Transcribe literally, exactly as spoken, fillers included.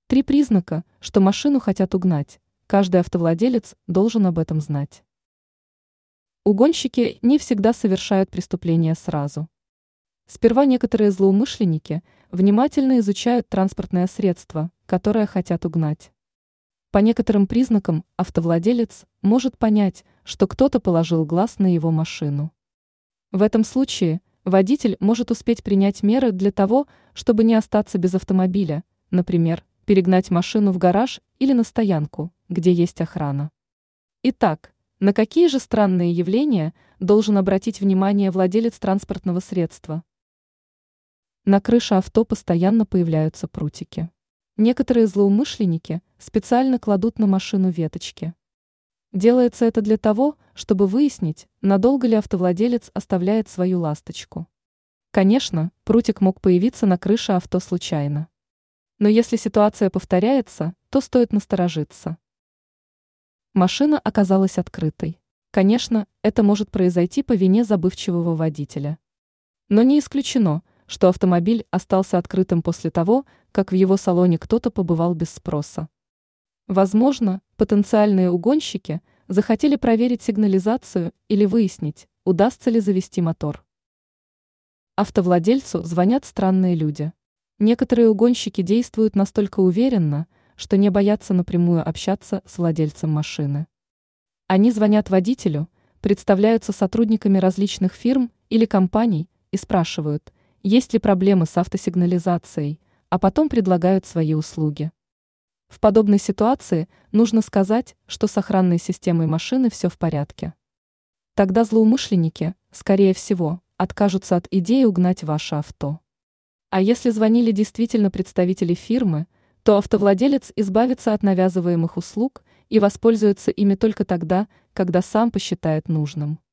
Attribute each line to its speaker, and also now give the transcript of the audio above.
Speaker 1: Три признака, что машину хотят угнать. Каждый автовладелец должен об этом знать. Угонщики не всегда совершают преступления сразу. Сперва некоторые злоумышленники внимательно изучают транспортное средство, которое хотят угнать. По некоторым признакам автовладелец может понять, что кто-то положил глаз на его машину. В этом случае водитель может успеть принять меры для того, чтобы не остаться без автомобиля, например, перегнать машину в гараж или на стоянку, где есть охрана. Итак, на какие же странные явления должен обратить внимание владелец транспортного средства? На крыше авто постоянно появляются прутики. Некоторые злоумышленники специально кладут на машину веточки. Делается это для того, чтобы выяснить, надолго ли автовладелец оставляет свою ласточку. Конечно, прутик мог появиться на крыше авто случайно. Но если ситуация повторяется, то стоит насторожиться. Машина оказалась открытой. Конечно, это может произойти по вине забывчивого водителя. Но не исключено, что автомобиль остался открытым после того, как в его салоне кто-то побывал без спроса. Возможно, потенциальные угонщики захотели проверить сигнализацию или выяснить, удастся ли завести мотор. Автовладельцу звонят странные люди. Некоторые угонщики действуют настолько уверенно, что не боятся напрямую общаться с владельцем машины. Они звонят водителю, представляются сотрудниками различных фирм или компаний и спрашивают, есть ли проблемы с автосигнализацией, а потом предлагают свои услуги. В подобной ситуации нужно сказать, что с охранной системой машины все в порядке. Тогда злоумышленники, скорее всего, откажутся от идеи угнать ваше авто. А если звонили действительно представители фирмы, то автовладелец избавится от навязываемых услуг и воспользуется ими только тогда, когда сам посчитает нужным.